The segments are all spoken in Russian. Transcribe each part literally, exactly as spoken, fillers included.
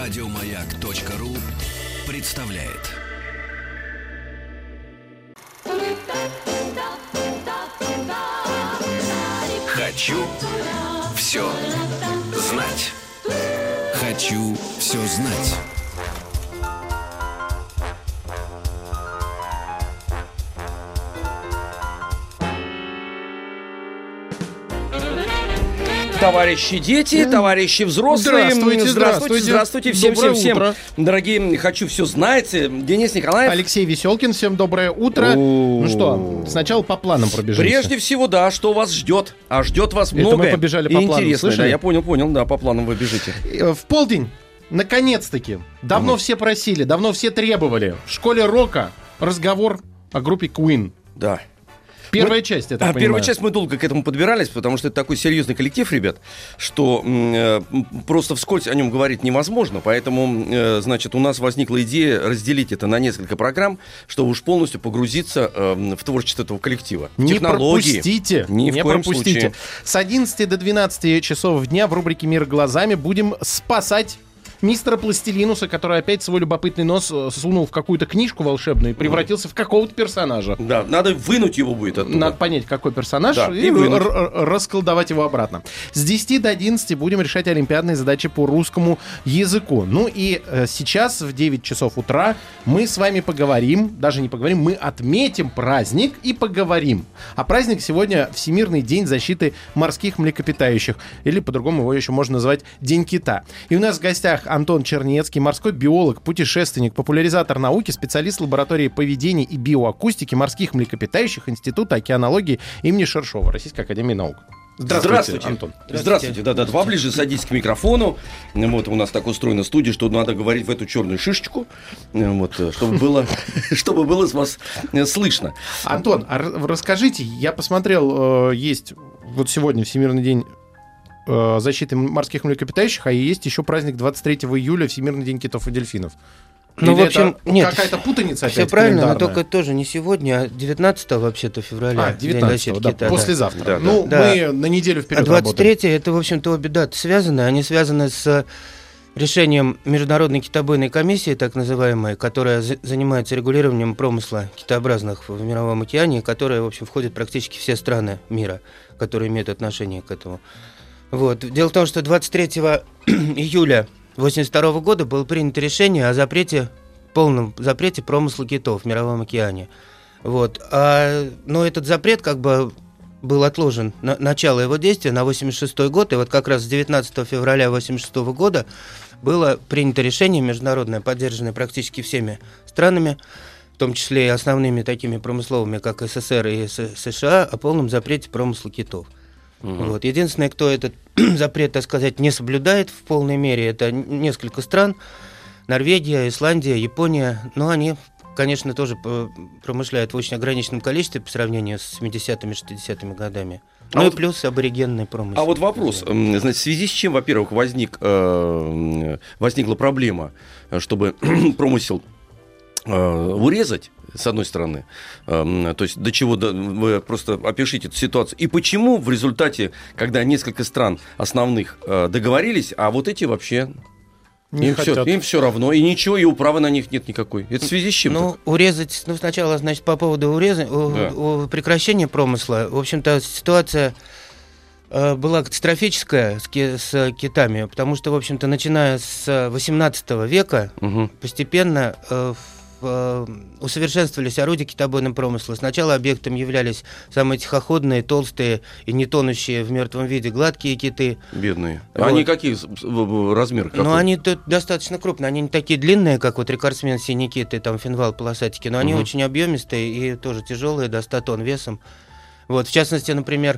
Радиомаяк.ру представляет. Хочу все знать. Хочу все знать. Товарищи дети, товарищи взрослые, здравствуйте, здравствуйте, здравствуйте, всем, доброе всем, утро. всем, дорогие, хочу все знать, Денис Николаев, Алексей Веселкин, всем доброе утро. О-о-о. Ну что, сначала по планам пробежимся. Прежде всего, да, что вас ждет, а ждет вас Это многое мы побежали и по плану, интересное, слышали? да, я понял, понял, да, по планам вы бежите. В полдень, наконец-таки, давно Угу. все просили, давно все требовали. В школе рока разговор о группе Queen. Да. Первая Мы- часть, я А так первая понимаю. часть мы долго к этому подбирались, потому что это такой серьезный коллектив, ребят, что м, э, просто вскользь о нем говорить невозможно. Поэтому, э, значит, у нас возникла идея разделить это на несколько программ, чтобы уж полностью погрузиться э, в творчество этого коллектива. В Не технологии. пропустите, Ни в не коем пропустите. случае. С одиннадцати до двенадцати часов дня в рубрике «Мир глазами» будем спасать мистера Пластилинуса, который опять свой любопытный нос э, сунул в какую-то книжку волшебную и превратился в какого-то персонажа. Да, надо вынуть его будет оттуда. Надо понять, какой персонаж, Да, и и вынуть. р- р- расколдовать его обратно. С десяти до одиннадцати будем решать олимпиадные задачи по русскому языку. Ну и э, сейчас в девять часов утра мы с вами поговорим, даже не поговорим, мы отметим праздник и поговорим. А праздник сегодня Всемирный день защиты морских млекопитающих, или по-другому его еще можно назвать День кита. И у нас в гостях Антон Чернецкий, морской биолог, путешественник, популяризатор науки, специалист лаборатории поведения и биоакустики морских млекопитающих Института океанологии имени Шершова, Российской академии наук. Здравствуйте, Антон. Здравствуйте. Да, да, поближе садитесь к микрофону. Вот у нас так устроена студия, что надо говорить в эту черную шишечку, вот, чтобы было, чтобы было с вас слышно. Антон, а р- расскажите, я посмотрел, э, есть вот сегодня Всемирный день э, защиты морских млекопитающих, а есть еще праздник двадцать третьего июля, Всемирный день китов и дельфинов. Ну, Или в общем, это нет, какая-то путаница все опять правильно, но календарная? только тоже не сегодня, а девятнадцатого вообще-то февраля. А, День девятнадцатого, защиты да, кита, да. послезавтра. Да, ну, да. мы на неделю А вперед двадцать работаем. третье это, в общем-то, обе даты связаны. Они связаны с решением Международной китобойной комиссии, так называемой, которая за- занимается регулированием промысла китообразных в Мировом океане, которая, в общем, входит практически все страны мира, которые имеют отношение к этому. Вот. Дело в том, что двадцать третьего июля восемьдесят второго года было принято решение о запрете, полном запрете промысла китов в Мировом океане. Вот. А, но этот запрет как бы был отложен, на, начало его действия на восемьдесят шестой год, и вот как раз с девятнадцатого февраля восемьдесят шестого года было принято решение международное, поддержанное практически всеми странами, в том числе и основными такими промысловыми, как СССР и С- США, о полном запрете промысла китов. Мгм. Вот. Единственное, кто этот запрет, так сказать, не соблюдает в полной мере, это н- несколько стран: Норвегия, Исландия, Япония. Но они, конечно, тоже п- промышляют в очень ограниченном количестве по сравнению с семидесятыми, шестидесятыми годами. А Ну вот- и плюс аборигенный промысел. А вот вопрос, м, значит, в связи с чем, во-первых, возник, э, возникла проблема, э, чтобы промысел э, урезать, с одной стороны, Э, то есть до чего, до- вы просто опишите эту ситуацию, и почему в результате, когда несколько стран основных э, договорились, а вот эти вообще... Не им, все, хотят. им все равно, и ничего, и управы на них нет никакой. Это в связи с чем? Ну, урезать, ну, сначала, значит, по поводу уреза, у- Да. у прекращения промысла, в общем-то, ситуация э, была катастрофическая с, ки- с китами, потому что, в общем-то, начиная с восемнадцатого века Мгм. постепенно э, в- э, усовершенствовались орудия китобойного промысла. Сначала объектом являлись самые тихоходные, толстые и не тонущие в мертвом виде гладкие киты. Бедные. Вот. Они какие с- с- в- в- размер? Какой? Но они тут достаточно крупные, они не такие длинные, как вот рекордсмен синий кит и там финвал полосатики, но они Мгм. очень объемистые и тоже тяжелые, до ста тонн весом. Вот, в частности, например,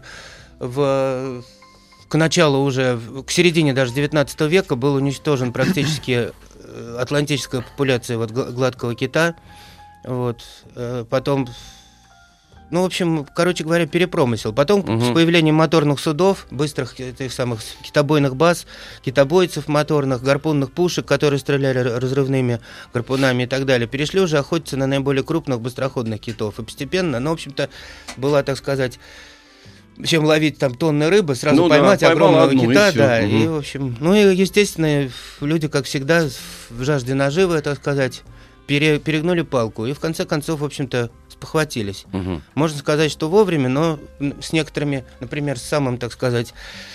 в, к началу уже, в- к середине даже девятнадцатого века был уничтожен практически э, атлантическая популяция вот, гла- гладкого кита. Вот, э, потом, ну, в общем, короче говоря, перепромысел. Потом Мгм. с появлением моторных судов, быстрых этих самых китобойных баз, китобойцев моторных, гарпунных пушек, которые стреляли р- разрывными гарпунами и так далее, перешли уже охотиться на наиболее крупных быстроходных китов. И постепенно, ну, в общем-то, была, так сказать, чем ловить там тонны рыбы, сразу Ну да, поймать поймал огромного одну, и кита, всё. да, Мгм. и, в общем, ну и, естественно, люди, как всегда, в жажде наживы, так сказать, пере- перегнули палку, и в конце концов, в общем-то, спохватились. Мгм. Можно сказать, что вовремя, но с некоторыми, например, с самым, так сказать,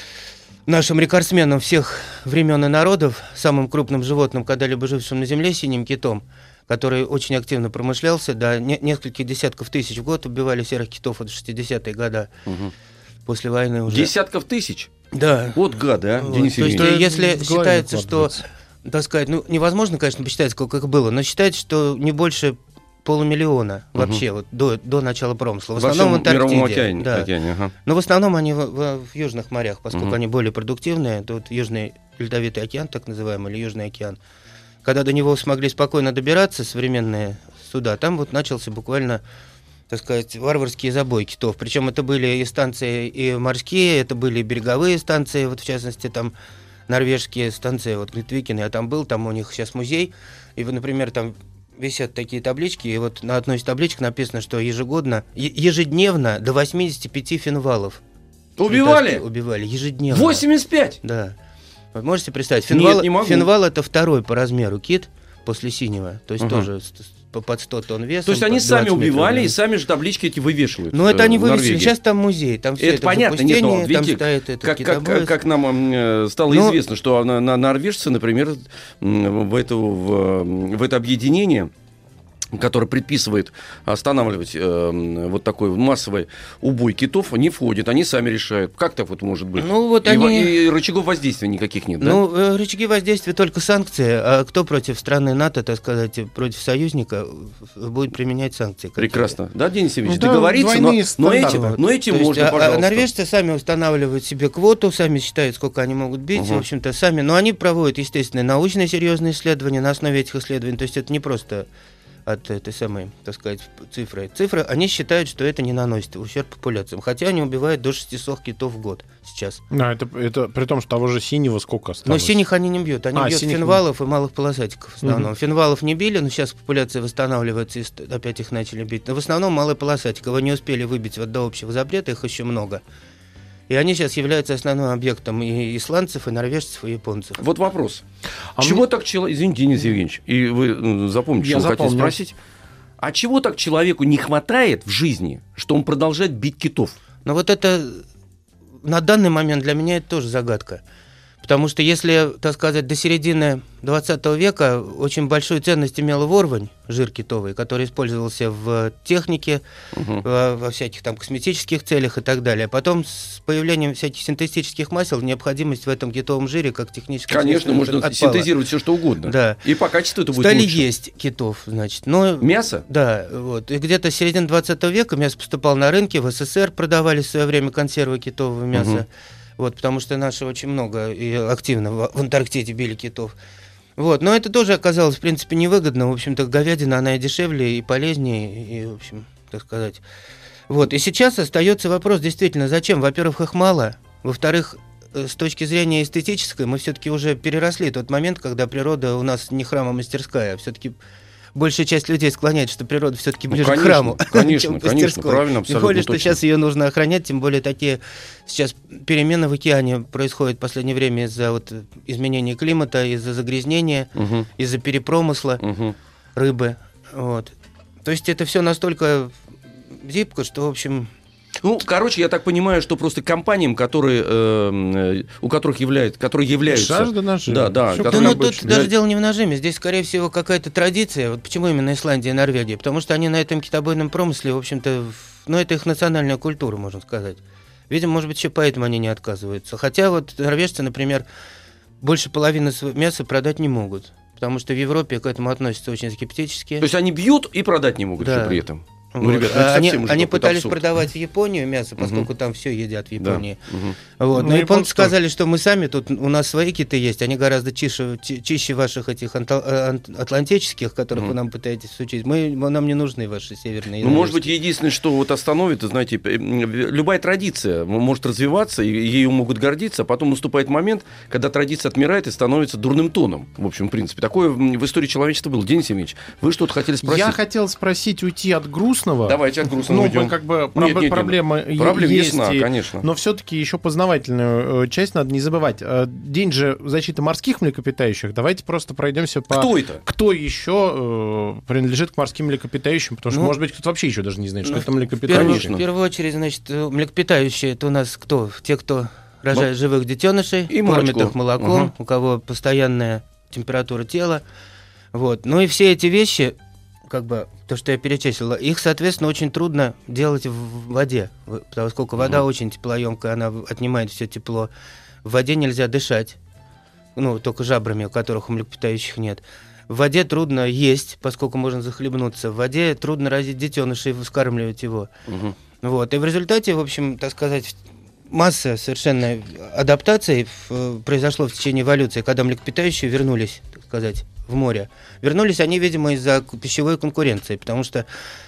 нашим рекордсменом всех времен и народов, самым крупным животным, когда-либо жившим на Земле, синим китом, который очень активно промышлялся, до не- нескольких десятков тысяч в год убивали серых китов от шестидесятые года Мгм. после войны уже. Десятков тысяч? Да. Вот гады, а, Вот. Денис То есть, Евгеньевич. Это если в голове считается, не что, укладывается. так сказать, ну, невозможно, конечно, посчитать, сколько их было, но считается, что не больше полумиллиона Мгм. вообще вот, до, до начала промысла. В Во основном в всем мировом Антарктиде. океане. Да. океане, ага. Но в основном они в, в- в южных морях, поскольку Мгм. они более продуктивные. Тут Южный ледовитый океан, так называемый, или Южный океан. Когда до него смогли спокойно добираться современные суда, там вот начался буквально, так сказать, варварские забои китов. Причем это были и станции и морские, это были и береговые станции, вот в частности там норвежские станции, вот Гритвикен, я там был, там у них сейчас музей, и, вот, например, там висят такие таблички, и вот на одной из табличек написано, что ежегодно, е- ежедневно до восьмидесяти пяти финвалов Убивали? британские убивали, ежедневно. восемьдесят пять? Да. Вы можете представить? Нет, Финвал, не могу. финвал это второй по размеру кит после синего, то есть Ага. тоже с- с- по- под сто тонн весом. То есть они под сами двадцать метров, убивали да. и сами же таблички эти вывешивают. Ну, э, это они в вывесили. Норвегии. Сейчас там музей, там все Это, это, понятно, в нет, но запустении, видите, там стоит этот как, как, китобоец. как нам э, стало Ну, известно, что на, на- норвежцы, например, м, в, это, в, в это объединение, которое предписывает останавливать э, вот такой массовый убой китов, не входит, они сами решают. Как так вот может быть? Ну, вот и, они- во- и рычагов воздействия никаких нет, да? Ну, э, рычаги воздействия только санкции, а кто против страны НАТО, так сказать, против союзника э, будет применять санкции? какие-то? Прекрасно. Да, Денис Евгеньевич, Ну да, договориться, но, двойные но этим, стандарты. но этим То есть, можно, а- а пожалуйста. норвежцы сами устанавливают себе квоту, сами считают, сколько они могут бить, Мгм. в общем-то, сами. Но они проводят, естественно, научные серьезные исследования на основе этих исследований. То есть это не просто от этой самой, так сказать, цифры. Цифры, они считают, что это не наносит ущерб популяциям. Хотя они убивают до шестисот китов в год сейчас. Да, это, это при том, что того же синего сколько Но осталось. синих они не бьют. Они А, бьют синих не- финвалов и малых полосатиков в основном. Мгм. Финвалов не били, но сейчас популяция восстанавливается, и ст- опять их начали бить. Но в основном малые полосатики. Его не успели выбить вот до общего запрета, их еще много. И они сейчас являются основным объектом и исландцев, и норвежцев, и японцев. Вот вопрос. А чего мне- так человек... Извините, Денис Евгеньевич, и вы ну, запомните, Я что вы хотите запомнил. спросить. А чего так человеку не хватает в жизни, что он продолжает бить китов? Но вот это на данный момент для меня это тоже загадка. Потому что если, так сказать, до середины двадцатого века очень большую ценность имела ворвань, жир китовый, который использовался в технике, Мгм. во, во всяких там косметических целях и так далее. Потом с появлением всяких синтетических масел необходимость в этом китовом жире как техническом Конечно, средстве можно отпала. синтезировать все, что угодно. Да. И по качеству это будет Стали лучше. есть китов, значит. Но Мясо? да, вот. И где-то с середины двадцатого века мясо поступало на рынке, в СССР продавались в свое время консервы китового мяса. Мгм. Вот, потому что наши очень много и активно в, в Антарктиде били китов. Вот, но это тоже оказалось, в принципе, невыгодно. В общем-то, говядина, она и дешевле, и полезнее, и, в общем, так сказать. Вот, и сейчас остается вопрос, действительно, зачем? Во-первых, их мало. Во-вторых, э, с точки зрения эстетической, мы все-таки уже переросли тот момент, когда природа у нас не храм, а мастерская. Все-таки большая часть людей склоняется, что природа все-таки Ну, ближе конечно, к храму, конечно, чем к конечно, мастерской. правильно, Тем абсолютно более, что точно. сейчас ее нужно охранять, тем более такие сейчас перемены в океане происходят в последнее время из-за вот изменения климата, из-за загрязнения, Мгм. из-за перепромысла Мгм. рыбы. Вот. То есть это все настолько зыбко, что, в общем... Ну, короче, я так понимаю, что просто компаниям, которые, э, у которых являют, которые являются... Жажда наживы. Да, да. Всё Да, которые ну как тут обычно. даже дело не в нажиме, здесь, скорее всего, какая-то традиция. Вот почему именно Исландия и Норвегия? Потому что они на этом китобойном промысле, в общем-то, в- ну, это их национальная культура, можно сказать. Видимо, может быть, еще поэтому они не отказываются. Хотя вот норвежцы, например, больше половины св- мяса продать не могут. Потому что в Европе к этому относятся очень скептически. То есть они бьют и продать не могут Да. еще при этом. Ну, Вот. ребят, ну, это А они совсем уже они какой-то пытались абсурд. продавать в Японию мясо, поскольку там все едят в Да. Японии. Мгм. Вот. Ну, Но японцы японцы сказали, что мы сами тут, у нас свои киты есть, они гораздо чище, чи- чище ваших этих анта- э, ан- атлантических, которых Мгм. вы нам пытаетесь учить. Мы, мы- нам не нужны ваши северные. Ну, может быть, норвежские. единственное, что вот остановит, знаете, э, любая традиция может развиваться, и ею могут гордиться, а потом наступает момент, когда традиция отмирает и становится дурным тоном. В общем, в принципе, такое в в истории человечества было. Денис Евгеньевич, вы что-то хотели спросить? Я хотел спросить, уйти от грустного грустного. Давайте от грустного Ну, уйдем. мы как бы Нет, проб- нет, нет. проблема Проблема есть, ясна, и- конечно. но все-таки еще познавательную э, часть надо не забывать. Э, День же защиты морских млекопитающих. Давайте просто пройдемся по... Кто это? Кто еще э, принадлежит к морским млекопитающим? Потому что, Ну, может быть, кто-то вообще еще даже не знает, что Ну, это в, млекопитающие. Конечно. в первую очередь, значит, э, млекопитающие, это у нас кто? Те, кто рожает живых детенышей, И кормит молочко. их молоком, Ага. у кого постоянная температура тела. Вот. Ну и все эти вещи, как бы, то, что я перечислила, их, соответственно, очень трудно делать в воде, в- поскольку вода Мгм. очень теплоемкая, она отнимает все тепло. В воде нельзя дышать, ну, только жабрами, у которых у млекопитающих нет. В воде трудно есть, поскольку можно захлебнуться. В воде трудно родить детеныша и вскармливать его. Мгм. Вот. И в результате, в общем, так сказать, масса совершенно адаптаций э, произошло в течение эволюции, когда млекопитающие вернулись, так сказать, в море. Вернулись они, видимо, из-за к- пищевой конкуренции, потому что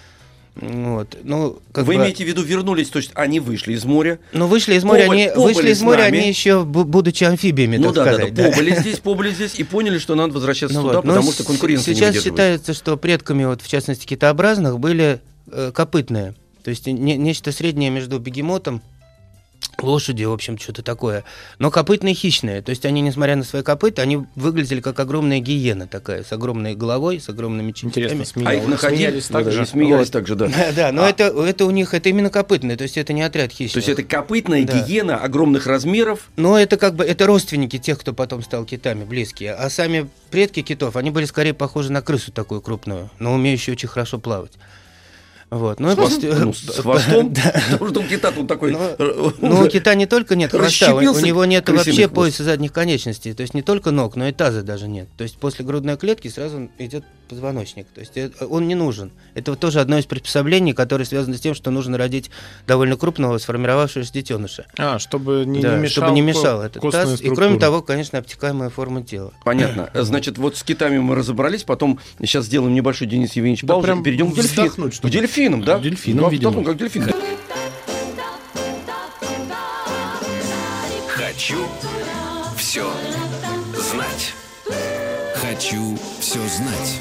м, вот, ну, как Вы бы, имеете в виду вернулись, то есть они вышли из моря. ну, вышли из моря, побыли- они, побыли вышли из с моря нами. они еще, бу- будучи амфибиями, Ну так да, да, сказать. да, побыли здесь, побыли здесь и поняли, что надо возвращаться Ну туда, вот, но потому с- что конкуренция не сейчас выдерживает. считается, что предками, вот, в частности, китообразных были э, копытные. То есть не- нечто среднее между бегемотом, лошадью, в общем, что-то такое. Но копытные хищные. То есть они, несмотря на свои копыта, они выглядели как огромная гиена такая, с огромной головой, с огромными челюстями. Интересно, А их смеялись, находили, смеялись так да, же. и смеялись Вот. так же, да. Да, да, но А- это, это у них, это именно копытные, то есть это не отряд хищных. То есть это копытная Да. гиена огромных размеров. Но это как бы, это родственники тех, кто потом стал китами, близкие. А сами предки китов, они были скорее похожи на крысу такую крупную, но умеющую очень хорошо плавать. Вот. Ну, и после- Ну, с хвостом, Да. потому что у кита тут такой... Ну, Ну, у кита не только нет хвоста, у, у Расщепился него нет крысиный вообще хвост. пояса задних конечностей. То есть не только ног, но и таза даже нет. То есть после грудной клетки сразу идет позвоночник. То есть это- он не нужен. Это вот тоже одно из приспособлений, которое связано с тем, что нужно родить довольно крупного сформировавшегося детеныша. А, чтобы не, Да, не мешал, чтобы не ко- мешал этот костная таз. И структура. кроме того, конечно, обтекаемая форма тела. Понятно. Значит, вот с китами мы разобрались, потом сейчас сделаем небольшой, Денис Евгеньевич, Да паузу, прям перейдем к дельфинам. вздохнуть, К чтобы. дельфинам, да? К дельфинам, Да, видимо. вздохнем, как дельфины. Хочу все знать. Хочу все знать.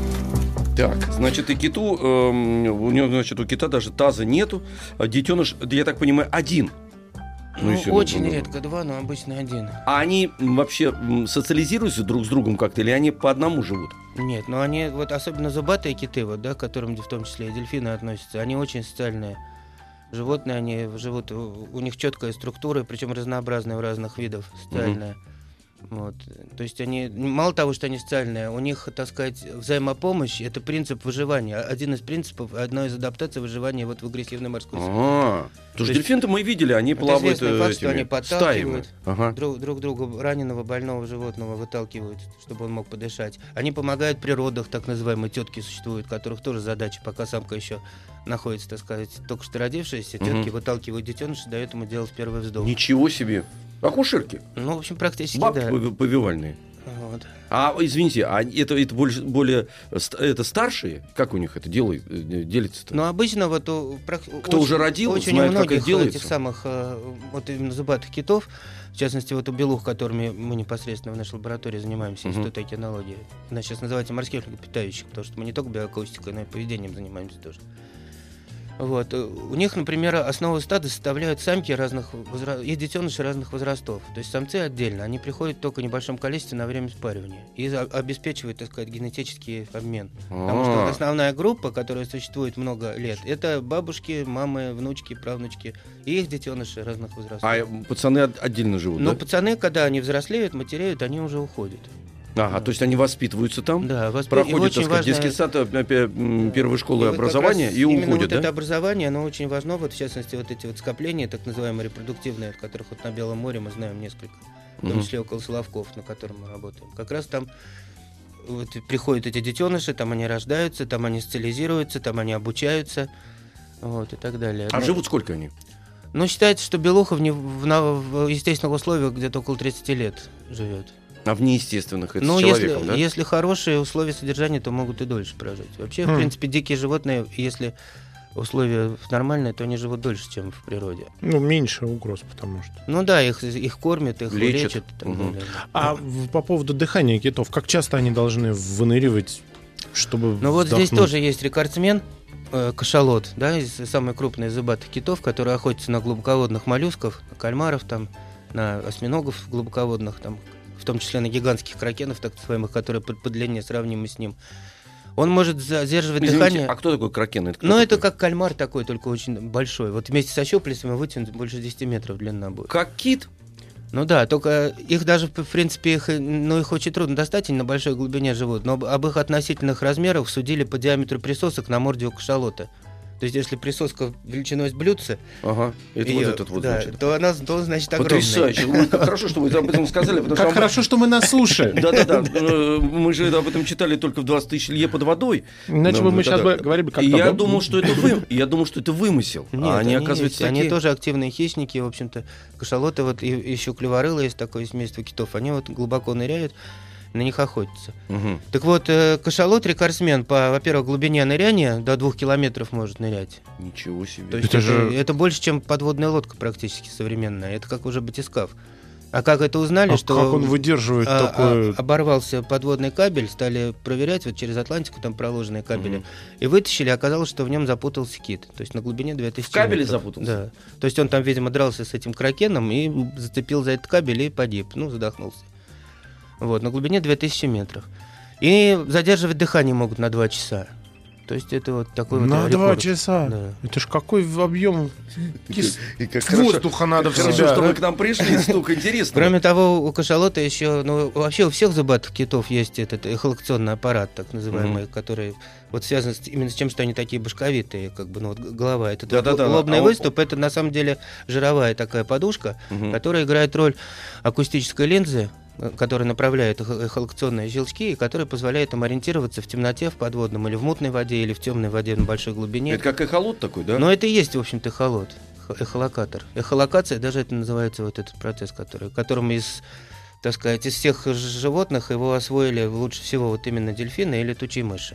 Так, значит, и киту, эм, у него, значит, у кита даже таза нету, а детеныш, я так понимаю, один. Ну, Ну, если, ну, очень ну, ну. редко два, но обычно один. А они м, вообще м, социализируются друг с другом как-то, или они по одному живут? Нет, но они, вот особенно зубатые киты, вот, да, к которым в том числе и дельфины относятся, они очень социальные животные, они живут, у, у них четкая структура, причем разнообразная у разных видов, социальная. Вот. То есть они, мало того, что они социальные, у них, так сказать, взаимопомощь — это принцип выживания. Один из принципов, одна из адаптаций выживания вот в агрессивной морской среде. А, потому что есть- дельфины-то мы видели, они Это плавают известный э, факт, что этими они стаями. подталкивают. Ага. Друг, друг друга раненого, больного животного выталкивают, чтобы он мог подышать. Они помогают при родах, так называемые тетки существуют, которых тоже задача, пока самка еще находится, так сказать, только что родившаяся, тетки Мгм. выталкивают детеныша, дают ему делать первый вздох. Ничего себе. Акушерки, Ну, в общем, практически бабки да. пове- повивальные. Вот. А, извините, а это, это больше, более, ст- это старшие? Как у них это делает, э, делится-то? Но обычно вот у, прак- Кто очень- уже родил, очень знает, у как это многих делается. этих самых э, вот именно зубатых китов, в частности вот у белух, которыми мы непосредственно в нашей лаборатории занимаемся, Мгм. Институт океанологии. Она сейчас называется морских млекопитающих, потому что мы не только биоакустикой, но и поведением занимаемся тоже. Вот. э, У них, например, основу стада составляют самки разных возра- и детеныши разных возрастов. То есть самцы отдельно, они приходят только в небольшом количестве на время спаривания и за- обеспечивают, так сказать, генетический обмен. Потому что вот А. основная группа, которая существует много лет, это бабушки, мамы, внучки, правнучки и их детеныши разных возрастов. А пацаны от- отдельно живут, Но да? пацаны, когда они взрослеют, матереют, они уже уходят. Ага, то есть они воспитываются там, Да, воспи- и проходят, очень так сказать, важно- детский сад, э, э, м, первой школы И вот как образования раз и именно уходят, вот да? это образование, оно очень важно, вот в частности вот эти вот скопления, так называемые репродуктивные, от которых вот на Белом море мы знаем несколько, в том Мгм. числе около Соловков, на котором мы работаем. Как раз там вот приходят эти детеныши, там они рождаются, там они социализируются, там они обучаются, вот и так далее. А Ну, живут сколько они? Ну, считается, что белуха в, не- в на- в естественных условиях где-то около тридцати лет живет. А в неестественных, это Ну, с если, человеком, да? если хорошие условия содержания, то могут и дольше прожить. Вообще, Хм. в принципе, дикие животные, если условия нормальные, то они живут дольше, чем в природе. Ну, меньше угроз, потому что. Ну да, их, их кормят, их Лечат. лечат и так Мгм. далее. А в- по поводу дыхания китов, как часто они должны выныривать, чтобы Ну вот здесь вдохнуть? тоже есть рекордсмен. э, кашалот, да, из самой крупной из зубатых китов, который охотится на глубоководных моллюсков, на кальмаров, там, на осьминогов глубоководных, там, в том числе на гигантских кракенов, так называемых, которые по, по длине сравнимы с ним. Он может задерживать Извините, дыхание. а кто такой кракен? Это кто Ну, такой? это как кальмар такой, только очень большой. Вот вместе со щупальцами вытянут больше десяти метров длина будет. Как кит? Ну да, только их даже, в принципе, их, ну, их очень трудно достать, они на большой глубине живут. Но об их относительных размерах судили по диаметру присосок на морде у кашалота. То есть, если присоска величиной с блюдца, Ага, это её- вот этот вот, да, значит. то она, то, значит, огромная. Потрясающе. Ой, как хорошо, что вы об этом сказали. потому что Как об- хорошо, что мы на суше. Да-да-да, э, мы же об этом читали только в двадцать тысяч лье под водой. Иначе Ну, бы мы да-да. сейчас бы говорили бы как-то. И я да? думал, что это вы, я думал, что это вымысел, Нет, а они, они оказывается, есть. Они такие. тоже активные хищники, в общем-то. Кашалоты, вот и еще клюворылы, есть такое семейство китов, они вот глубоко ныряют, на них охотятся. Мгм. Так вот, э, кашалот-рекордсмен по, во-первых, глубине ныряния до двух километров может нырять. Ничего себе. То есть Это это, же- это больше, чем подводная лодка практически современная. Это как уже батискаф. А как это узнали, А что как он выдерживает а, такое? а, оборвался подводный кабель, стали проверять вот через Атлантику, там проложенные кабели, Мгм. и вытащили, оказалось, что в нем запутался кит. То есть на глубине две тысячи В кабеле метров. запутался? Да. То есть он там, видимо, дрался с этим кракеном и зацепил за этот кабель и погиб. Ну, задохнулся. Вот, на глубине две тысячи метров. И задерживать дыхание могут на два часа. То есть это вот такой вот На рекорд. два часа. Да. Это ж какой в объем кис- И как хорошо- воздуха надо в Хорошо, себя. что вы к нам пришли, столько интересного. Кроме того, у кашалота еще, ну, вообще у всех зубатых китов есть этот эхолокационный аппарат, так называемый, который вот связан с- именно с тем, что они такие башковитые, как бы, ну, вот г- голова. Это Да-да-да. лобный А он- выступ, это на самом деле жировая такая подушка, Мгм. которая играет роль акустической линзы, э, которая направляет эхо- эхолокационные щелчки и которая позволяет им ориентироваться в темноте, в подводном, или в мутной воде, или в темной воде на большой глубине. Это как эхолот такой, да? Но это и есть, в общем-то, эхолот, эх- эхолокатор. Эхолокация, даже это называется вот этот процесс, который, которым из, так сказать, из всех ж- животных его освоили лучше всего вот именно дельфины и летучие мыши.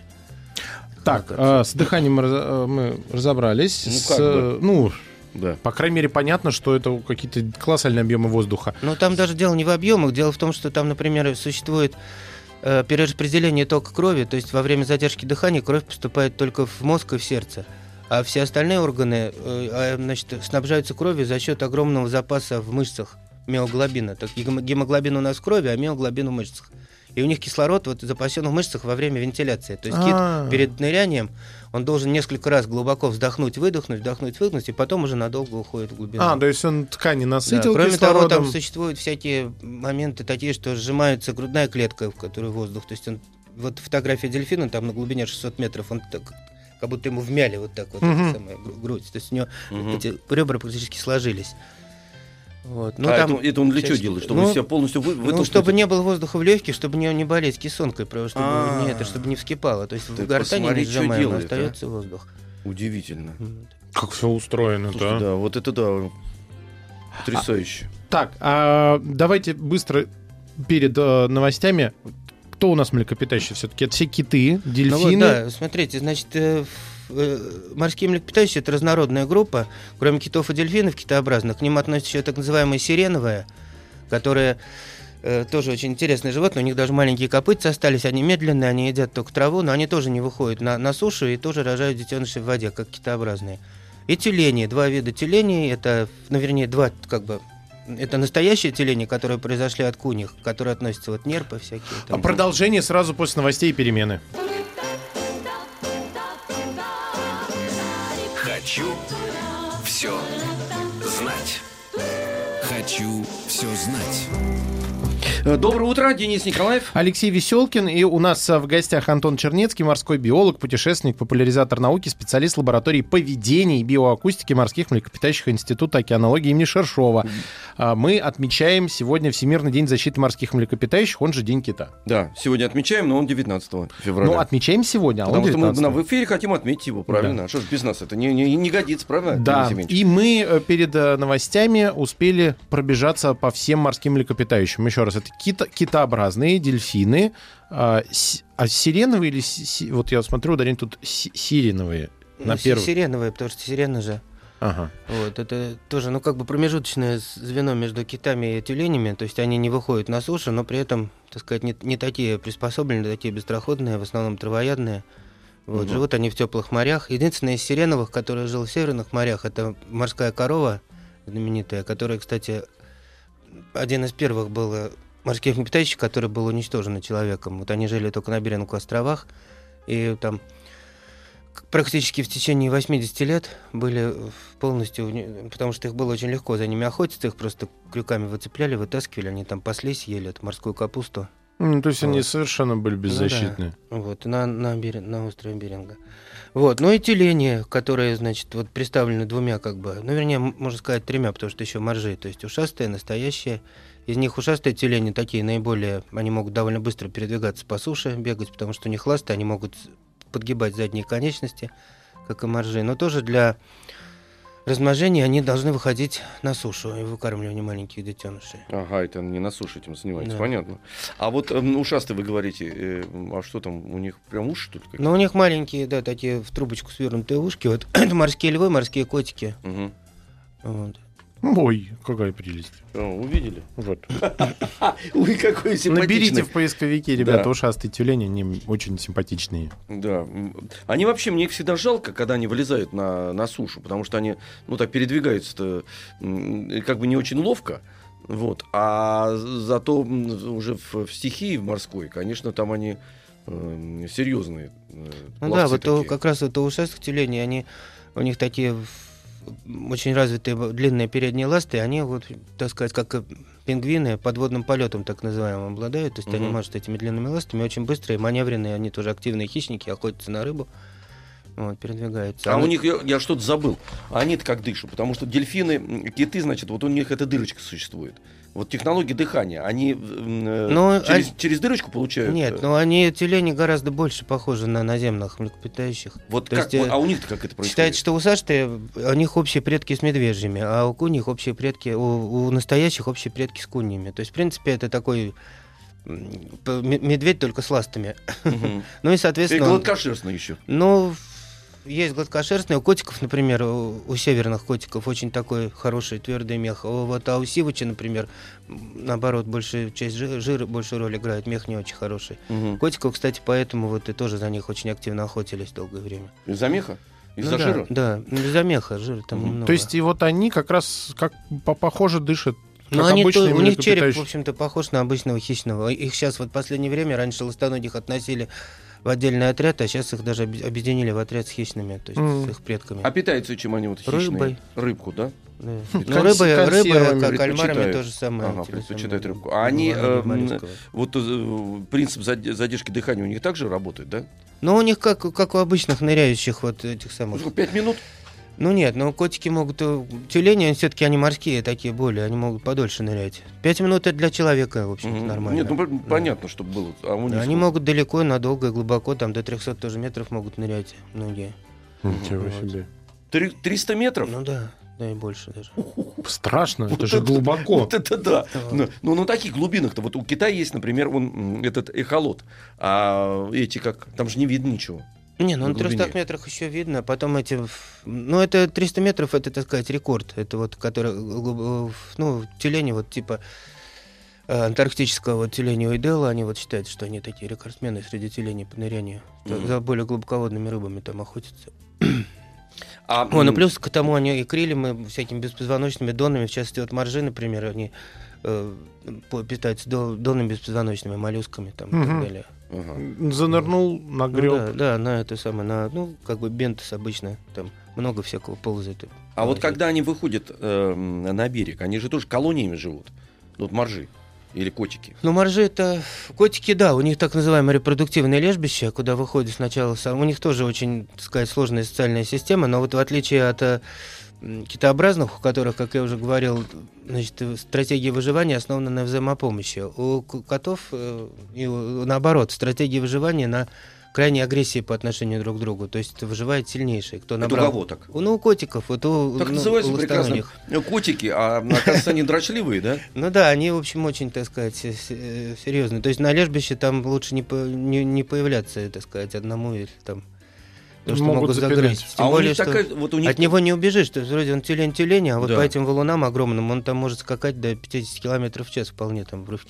Так, Эхолокация. а, с дыханием мы, раз- а, мы разобрались. Ну, С, как бы. э, ну, Да. по крайней мере, понятно, что это какие-то колоссальные объемы воздуха. Но там даже дело не в объемах, дело в том, что там, например, существует э, перераспределение тока крови, то есть во время задержки дыхания кровь поступает только в мозг и в сердце, а все остальные органы э, а, значит, снабжаются кровью за счет огромного запаса в мышцах миоглобина. Так, гемо- гемоглобин у нас в крови, а миоглобин в мышцах. И у них кислород вот запасен в мышцах во время вентиляции. То есть А. кит перед нырянием, он должен несколько раз глубоко вздохнуть, выдохнуть, вдохнуть, выдохнуть, и потом уже надолго уходит в глубину. А, то есть он ткани Да, насытил кроме того, кислородом. там существуют всякие моменты такие, что сжимается грудная клетка, в которой воздух. То есть он, вот фотография дельфина, там на глубине шестьсот метров, он так, как будто ему вмяли вот так вот Мгм. эту самую гру- грудь. То есть у него Мгм. эти ребра практически сложились. Вот. Ну, а там это, это он для чего всячески- делает? Чтобы ну, себя полностью вы, ну, вытолкнуть? чтобы не было воздуха в легких, чтобы не, не болеть киссонкой, просто чтобы, А. не это, чтобы не вскипало. То есть Ты в гортани не посмотри, что сжимаем, делает, а. остается воздух. Удивительно. Вот. Как все устроено, Слушайте, да? да, вот это да, потрясающе. Так, а давайте быстро перед э, новостями. Кто у нас млекопитающий все-таки? Это все киты, Ну дельфины. вот, да, смотрите, значит, э, в- э, морские млекопитающие — это разнородная группа. Кроме китов и дельфинов китообразных, к ним относятся еще так называемые сиреновые, которые э, тоже очень интересные животные. У них даже маленькие копытца остались, они медленные, они едят только траву, но они тоже не выходят на, на сушу и тоже рожают детенышей в воде, как китообразные. И тюлени, два вида тюленей, это, ну, вернее, два, как бы, это настоящие тюлени, которые произошли от куних, которые относятся вот нерпы всякие. А там. продолжение сразу после новостей и перемены. Хочу все знать. Хочу все знать. Доброе утро, Денис Николаев. Алексей Веселкин, и у нас а, в гостях Антон Чернецкий, морской биолог, путешественник, популяризатор науки, специалист лаборатории поведения и биоакустики морских млекопитающих Института океанологии имени Шершова. А, Мы отмечаем сегодня Всемирный день защиты морских млекопитающих, он же День кита. Да, сегодня отмечаем, но он девятнадцатого февраля. Ну, отмечаем сегодня, а он Потому что мы девятнадцатого. на- в эфире хотим отметить его, правильно? А что ж без нас? Это не, не, не годится, правда? Да, Денис Евгеньевич? и мы э, перед э, новостями успели пробежаться по всем морским млекопитающим. Еще раз, это кита- китообразные, дельфины, а, с- а сиреновые или... си- си- вот я смотрю, ударение тут си- сиреновые. Ну, На си- первый. Сиреновые, потому что сирена же. Ага. Вот, это тоже, ну, как бы промежуточное с- звено между китами и тюленями, то есть они не выходят на сушу, но при этом, так сказать, не, не такие приспособленные, такие быстроходные, в основном травоядные. Вот, Мгм. живут они в теплых морях. Единственное из сиреновых, который жил в северных морях, это морская корова знаменитая, которая, кстати, один из первых был э, морских млекопитающих, который был уничтожен человеком. Вот они жили только на Берингов островах, и там к- практически в течение восемьдесят лет были полностью, уни- потому что их было очень легко за ними охотиться, их просто крюками выцепляли, вытаскивали, они там паслись, ели эту морскую капусту. Ну, то есть они Вот. совершенно были беззащитны. Ну да. Вот, на, на, Берин- на острове Беринга. Вот, ну и тюлени, которые, значит, вот представлены двумя, как бы, ну, вернее, м- можно сказать, тремя, потому что еще моржи, то есть ушастые, настоящие. Из них ушастые тюлени такие наиболее, они могут довольно быстро передвигаться по суше, бегать, потому что у них ласты, они могут подгибать задние конечности, как и моржи. Но тоже для размножения они должны выходить на сушу и выкармливание маленьких детенышей. Ага, это не на суше этим занимается, Да. понятно. А вот эм, ушастые вы говорите, э, а что там, у них прям уши, что ли? какие-то? Ну, у них маленькие, да, такие в трубочку свернутые ушки. Вот это морские львы, морские котики. Мгм. Вот. Ой, какая прелесть. О, увидели? Вот. Ой, какой симпатичный. Наберите в поисковике, ребята, Да. ушастые тюлени, они очень симпатичные. Да. М, Они вообще, мне их всегда жалко, когда они вылезают на, на сушу, потому что они, ну, так передвигаются-то м, как бы не очень ловко. Вот. А зато м, уже в, в стихии в морской, конечно, там они э, серьезные. э, Ну пловцы да, вот у- такие. как раз вот у ушастых тюленей, они, у них такие в- очень развитые в- длинные передние ласты, они вот, так сказать, как э, пингвины подводным полетом так называемым обладают, то есть они Мгм. машут этими длинными ластами, очень быстрые, маневренные, они тоже активные хищники, охотятся на рыбу, вот, передвигаются. А Они- у них, я, я что-то забыл, а они-то как дышат, потому что дельфины, м, киты, значит, вот у них эта дырочка существует. Вот технологии дыхания, они м, э, Ну, через, они- через дырочку получают? Нет, э, ну они, тюлени, гораздо больше похожи на наземных млекопитающих. вот то как, есть, э, а у них-то как это происходит? Считается, что усастые, у них общие предки с медвежьими, а у куних общие предки, у, у настоящих общие предки с куньями. То есть, в принципе, это такой м, п- м- медведь только с ластами. Мгм. Ну и, И соответственно, он- гладкошерстный еще. ну, есть гладкошерстные. У котиков, например, у, у северных котиков очень такой хороший твердый мех. А Вот, а у сивыча, например, м, наоборот, большая часть жи- жира, большую роль играет, мех не очень хороший. Мгм. Котиков, кстати, поэтому вот и тоже за них очень активно охотились долгое время. Из-за меха? Из-за Ну да, жира? Да, ну, из-за меха, жира там Мгм. немного. То есть и вот они как раз как по- похоже дышат, Ну, как они то- обычные у них череп, в млекопитающие. общем-то, похож на обычного хищного. Их сейчас вот в последнее время, раньше ластоногих относили в отдельный отряд, а сейчас их даже оби- объединили в отряд с хищными, то есть Мгм. с их предками. А питаются чем они вот хищные? Рыбой. Рыбку, да? Да. Конс- Ну, рыбы, рыбы, консервами как кальмарами, предпочитают. то же самое. Ага, те предпочитают самые, рыбку. А они, ловили э, м, моллюсков. Вот э, принцип зад- задержки дыхания у них также работает, да? Ну, у них как, как у обычных ныряющих вот этих самых. Ну, Пять минут? Ну нет, но котики могут... э, Тюлени, все-таки они морские такие более, они могут подольше нырять. Пять минут это для человека, в общем-то, Мгм. нормально. Нет, ну п- Да. понятно, что было. А у них Да, они сколько? могут далеко, надолго и глубоко, там до трехсот тоже метров могут нырять многие. Ничего Вот. себе. Три- триста метров? Ну да, да и больше даже. Страшно, Вот это же это- глубоко. Вот это да. Вот. Ну, ну, на таких глубинах-то. Вот у Китая есть, например, он, м, этот эхолот. А эти как? Там же не видно ничего. Не, ну На на трехстах глубине. метрах еще видно, потом эти... ф- Ну это триста метров, это, так сказать, рекорд. Это вот, который, глуб- ну, тюлени вот типа э, антарктического вот тюленя Уидела, они вот считают, что они такие рекордсмены среди тюленей по нырянию. Мгм. За более глубоководными рыбами там охотятся. А, О, ну м, плюс к тому они и крилем, и всякими беспозвоночными донами, в частности, вот моржи, например, они э, по- питаются до- донными беспозвоночными, моллюсками там и Мгм. так далее. ага. Занырнул, Ну нагрел. да, да, на это самое, на, ну, как бы бентус обычно, там много всякого ползает. и А вот лазает. когда они выходят э, на берег, они же тоже колониями живут. Ну, Вот моржи или котики. Ну, моржи это... Котики, да, у них так называемое репродуктивное лежбище, куда выходит сначала сам... У них тоже очень, так сказать, сложная социальная система, но вот в отличие от э, м, китообразных, у которых, как я уже говорил, значит, э, стратегия выживания основана на взаимопомощи. У к- котов, э, и у- наоборот, стратегия выживания на крайней агрессии по отношению друг к другу. То есть выживает сильнейший. Кто Это у набрал... кого так? У- Ну, у котиков. Вот у, Так ну, называются у прекрасно ластоногих. котики, а оказывается они дрочливые, да? Ну да, они, в общем, очень, так сказать, се- се- серьезные. То есть на лежбище там лучше не, по- не, не появляться, так сказать, одному или там... Потому что Могут могут, запинать. загрызть. Тем А у более, них что такая, вот у них от него не убежишь. То есть вроде он тюлень-тюлень, а вот Да. по этим валунам огромным он там может скакать до пятьдесят километров в час вполне там в рывке.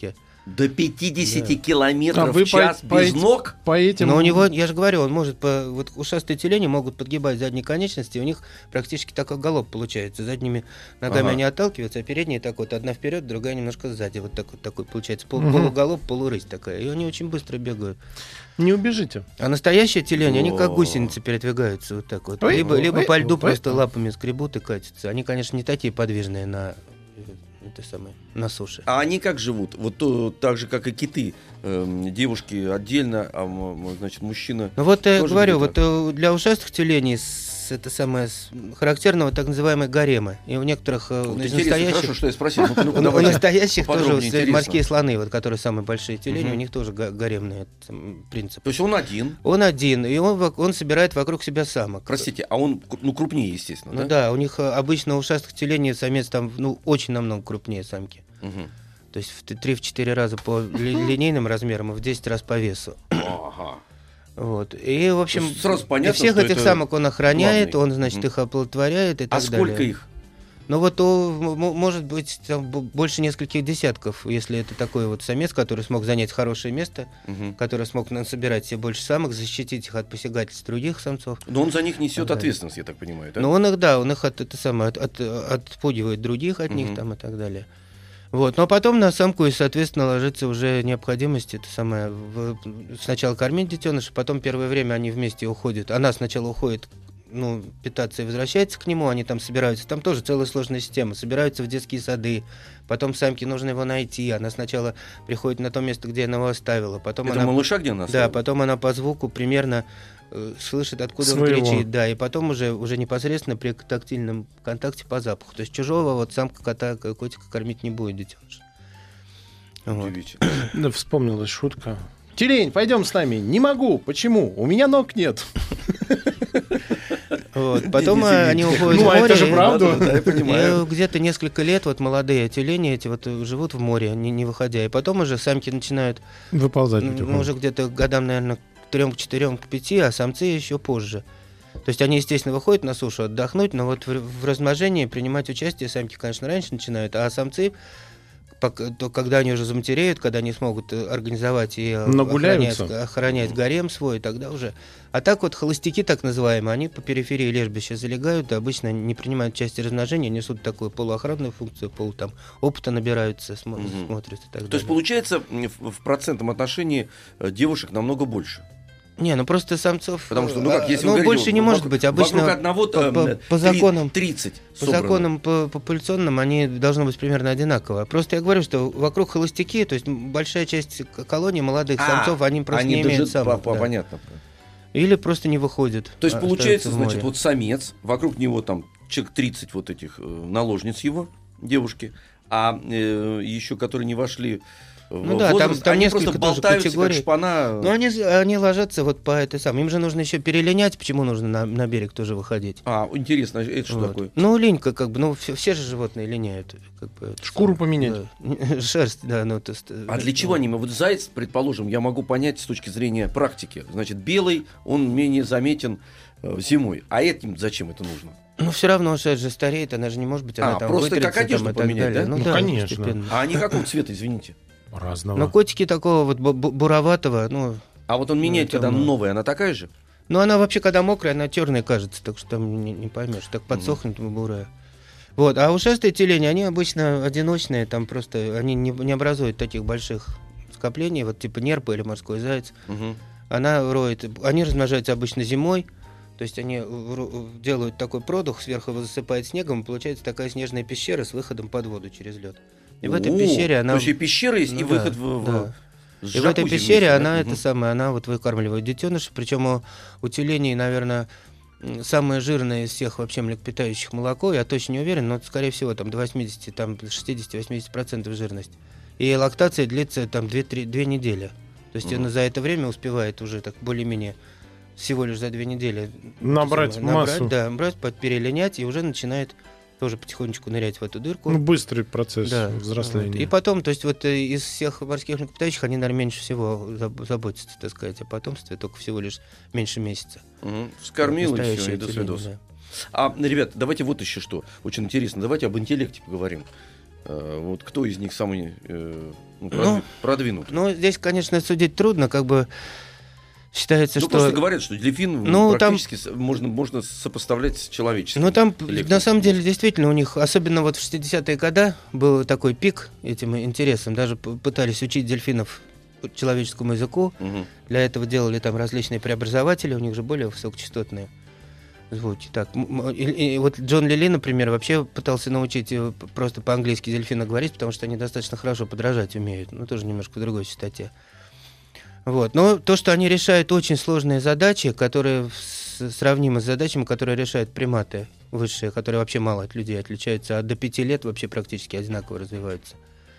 До пятьдесят Да. километров А вы в час по- по без этим- ног? По этим... Но у него, я же говорю, он может, по, вот ушастые тюлени могут подгибать задние конечности, и у них практически такой галоп получается. Задними ногами Ага. они отталкиваются, а передние так вот, одна вперед, другая немножко сзади. Вот так вот такой получается. Пол, Мгм. полугалоп, полурысь такая. И они очень быстро бегают. Не убежите. А настоящие тюлени, они как О. гусеницы передвигаются вот так вот. Ой, либо ой, либо ой, по льду ой, просто ой. лапами скребут и катятся. Они, конечно, не такие подвижные на, э, это самое, на суше. А они как живут? Вот то, так же, как и киты. Эм, девушки отдельно, а м- м- значит, мужчина... Ну вот я тоже говорю, где-то. вот э, для ушастых тюленей с- это самое с- характерного так называемые гаремы. И у некоторых э, Вот из интересно, настоящих, хорошо, что я спросил. Ну-ка, ну-ка, у, у давайте настоящих тоже поподробнее, вот, интересно. морские слоны, вот, которые самые большие тюлени, Мгм. у них тоже га- гаремный этот, м, принцип. То есть он один. Он один, и он, вок- он собирает вокруг себя самок. Простите, а он кру- ну, крупнее, естественно, Ну да? да, у них э, обычно у ушастых тюленей самец там ну, очень намного крупнее самки. Мгм. То есть в три-четыре раза по ли- линейным размерам и в десять раз по весу. Ага. Вот. И, в общем, То есть сразу понятно, и всех что этих это самок он охраняет, главный. он, значит, Мгм. их оплодотворяет и так А сколько далее. их? Ну вот о, м- м- может быть там б- больше нескольких десятков, если это такой вот самец, который смог занять хорошее место, Мгм. который смог насобирать себе больше самок, защитить их от посягательств других самцов. Но он за них несет Да. ответственность, я так понимаю, да? Но он их, да, он их от, это самое, от, от- отпугивает других от них Мгм. там и так далее. Вот. Но потом на самку и, соответственно, ложится уже необходимость это самое, в- сначала кормить детеныша, потом первое время они вместе уходят. Она сначала уходит, ну, питаться и возвращается к нему, они там собираются, там тоже целая сложная система, собираются в детские сады, потом самке нужно его найти, она сначала приходит на то место, где она его оставила, потом Это она... малыша где она Да, оставила? потом она по звуку примерно э, слышит, откуда он Своего. кричит, да, и потом уже, уже непосредственно при тактильном контакте по запаху. То есть чужого вот самка кота, котика кормить не будет детеныш. Вот. Удивительно. Да, вспомнилась шутка. Тюлень, пойдем с нами. Не могу. Почему? У меня ног нет. Вот. Потом Извините. э, они уходят Ну, в а это море. же и- правда. Да, да, я понимаю. И где-то несколько лет вот молодые тюлени эти вот э, живут в море, не, не выходя. И потом уже самки начинают, Выползать ну, потихоньку. уже где-то к годам, наверное, к трем, к четырем, к пяти, а самцы еще позже. То есть они, естественно, выходят на сушу отдохнуть, но вот в, в размножении принимать участие самки, конечно, раньше начинают, а самцы, пока- то, когда они уже заматереют, когда они смогут э, организовать и э, Нагуляются. охранять, охранять гарем свой, тогда уже... А так вот холостяки, так называемые, они по периферии лежбища залегают, и обычно не принимают части размножения, несут такую полуохранную функцию, полу там опыта набираются, смо- Мгм. смотрят и так далее. То есть, получается, м, в, в процентном отношении э, девушек намного больше. Не, ну просто самцов... Потому что, ну как, э, если ну, вы говорите, больше не вокруг- может быть. Обычно вокруг одного по- э, по- м, по три- законам- тридцать по собрано. законам по популяционным они должны быть примерно одинаково. Просто я говорю, что вокруг холостяки, то есть м, большая часть к- колонии молодых А, самцов, они просто они не имеют даже- самок. по- по- да. Понятно. Или просто не выходят. То есть, а, получается, остаются в значит, море. вот самец, вокруг него там человек тридцать вот этих э, наложниц его, девушки, а э, еще которые не вошли в Ну да, там- возраст, там они несколько просто тоже болтаются, категорий. как шпана. Ну, они, они ложатся вот по этой самой. Им же нужно еще перелинять, почему нужно на, на берег тоже выходить. А, интересно, это что Вот. такое? Ну, линька, как бы, ну, все, все же животные линяют. Как бы, это Шкуру самое, поменять. да. Шерсть, да, ну, то есть, А для чего они? Вот заяц, предположим, я могу понять с точки зрения практики. Значит, белый, он менее заметен э, зимой. А этим зачем это нужно? Ну, все равно шерсть же стареет, она же не может быть, она А, там просто вытрется как одежду там и так поменять, далее. да? Ну, да, конечно. постепенно. А они какого цвета, извините? Разного. Но котики такого вот бу- бу- буроватого, ну, А вот он меняет, когда темно. новая, она такая же? ну, она вообще, когда мокрая, она черная кажется, так что там не, не поймешь, так подсохнет бурая. Вот, а ушастые тюлени, они обычно одиночные, там просто, они не, не образуют таких больших скоплений, вот типа нерпа или морской заяц. Мгм. Она роет, они размножаются обычно зимой, то есть они в- в- делают такой продух, сверху его засыпает снегом, и получается такая снежная пещера с выходом под воду через лед. И в этой О, пещере она... То есть и пещера есть, Ну и да, выход в... в- да. с И в этой джакузи пещере вместе, она да? это Мгм. самое, она вот выкармливает детенышей, причем у, у тюленей, наверное, м, самое жирное из всех вообще млекопитающих молоко, я точно не уверен, но скорее всего там до восьмидесяти, там шестидесяти-восьмидесяти процентов жирность. И лактация длится там две-три две недели. То есть Мгм. она за это время успевает уже так более-менее всего лишь за две недели Набрать это самое, массу. да, брать, под- перелинять и уже начинает тоже потихонечку нырять в эту дырку. Ну, быстрый процесс Да, взросления. вот. И потом, то есть вот э, из всех морских млекопитающих они, наверное, меньше всего заб- заботятся, так сказать, о потомстве, только всего лишь меньше месяца. Мгм. Вскормил и Настоящие все, и до тюлени, свидос. да. А, ребят, давайте вот еще что. Очень интересно. Давайте об интеллекте поговорим. Э, вот кто из них самый э, ну, Ну, продвинут? Ну, здесь, конечно, судить трудно, как бы считается, Ну, что... просто говорят, что дельфин Ну, практически там... можно, можно сопоставлять с человеческим. Ну, там, интеллектом. на самом деле, действительно, у них, особенно вот в шестидесятые годы, был такой пик этим интересом. Даже пытались учить дельфинов человеческому языку. Угу. Для этого делали там различные преобразователи, у них же более высокочастотные звуки. Так, и, и вот Джон Лили, например, вообще пытался научить просто по-английски дельфина говорить, потому что они достаточно хорошо подражать умеют. Ну, тоже немножко в другой частоте. Вот. Но то, что они решают очень сложные задачи, которые сравнимы с задачами, которые решают приматы высшие, которые вообще мало от людей отличаются, а до пяти лет вообще практически одинаково развиваются.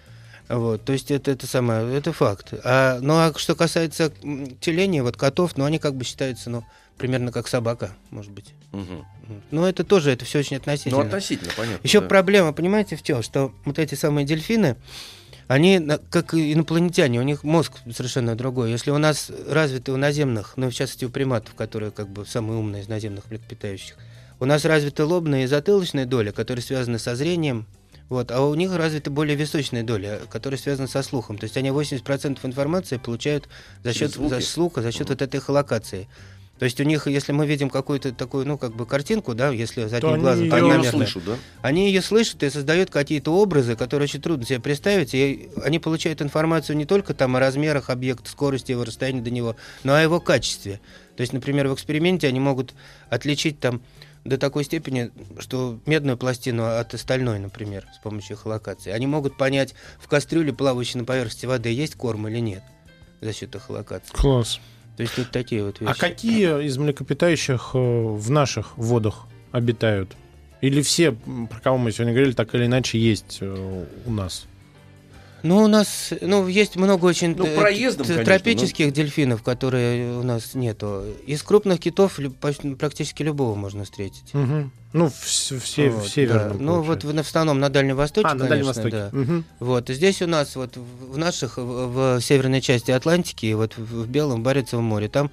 Вот. То есть это, это самое, это факт. А, ну а что касается тюленей, вот котов, ну они как бы считаются, ну, примерно как собака, может быть. Угу. Но это тоже, это все очень относительно. Ну, относительно, понятно. Еще да. проблема, понимаете, в чем? Что вот эти самые дельфины, они, как инопланетяне, у них мозг совершенно другой. Если у нас развиты у наземных, ну, в частности, у приматов, которые как бы самые умные из наземных млекопитающих, у нас развиты лобная и затылочная доля, которые связаны со зрением, вот, а у них развиты более височные доли, которые связаны со слухом. То есть они восемьдесят процентов информации получают за счет за слуха, за счет mm-hmm. вот этой эхолокации. То есть у них, если мы видим какую-то такую, ну, как бы картинку, да, если за одним глазом... Они ее ее слышат, да? Они ее слышат и создают какие-то образы, которые очень трудно себе представить, и они получают информацию не только там о размерах объекта, скорости его, расстоянии до него, но и о его качестве. То есть, например, в эксперименте они могут отличить там до такой степени, что медную пластину от стальной, например, с помощью эхолокации. Они могут понять, в кастрюле, плавающей на поверхности воды, есть корм или нет за счет эхолокации. Класс. То есть тут такие вот вещи. А какие из млекопитающих в наших водах обитают? Или все, про кого мы сегодня говорили, так или иначе есть у нас? Ну, у нас, ну, есть много очень ну, проездом, т- конечно, тропических но... дельфинов, которые у нас нету. Из крупных китов практически любого можно встретить. Угу. Ну, в, все, вот, в северном. Да. Ну, вот в, в основном на Дальнем Востоке, а, на конечно, Дальнем Востоке. Да. Угу. Вот, и здесь у нас, вот в наших, в, в северной части Атлантики, вот в, в Белом Баренцевом море, там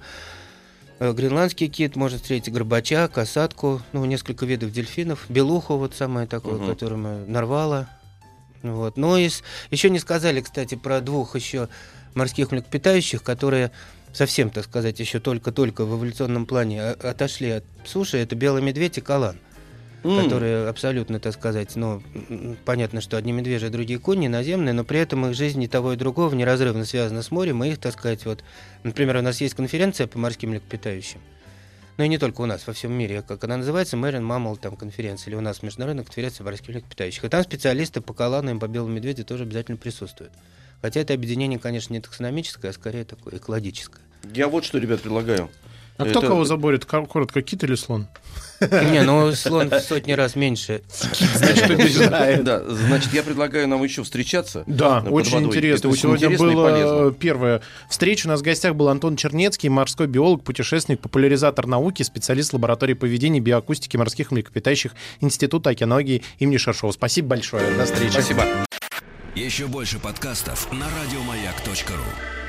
э, гренландский кит, можно встретить горбача, касатку, ну, несколько видов дельфинов, белуху, вот самое такое, угу. которое мы, нарвала. Вот. Но из, еще не сказали, кстати, про двух еще морских млекопитающих, которые совсем, так сказать, еще только-только в эволюционном плане отошли от суши. Это белый медведь и калан, mm. которые абсолютно, так сказать, ну, понятно, что одни медвежьи, другие кони наземные, но при этом их жизнь ни того и другого неразрывно связана с морем, и их, так сказать, вот, например, у нас есть конференция по морским млекопитающим. Ну и не только у нас, во всем мире. Как она называется, Marine Mammal там, конференция, или у нас международная конференция морских млекопитающих. И там специалисты по калану и по белому медведю тоже обязательно присутствуют. Хотя это объединение, конечно, не таксономическое, а скорее такое экологическое. Я вот что, ребят, предлагаю. А это... кто кого заборет? Коротко, кит или слон? Не, ну слон в сотни раз меньше. Значит, побеждает. Да, значит, я предлагаю нам еще встречаться. Да, очень интересно. Сегодня была первая встреча. У нас в гостях был Антон Чернецкий, морской биолог, путешественник, популяризатор науки, специалист лаборатории поведения и биоакустики морских млекопитающих Института океанологии имени Шершова. Спасибо большое. До встречи. Спасибо. Еще больше подкастов на радиомаяк точка ру.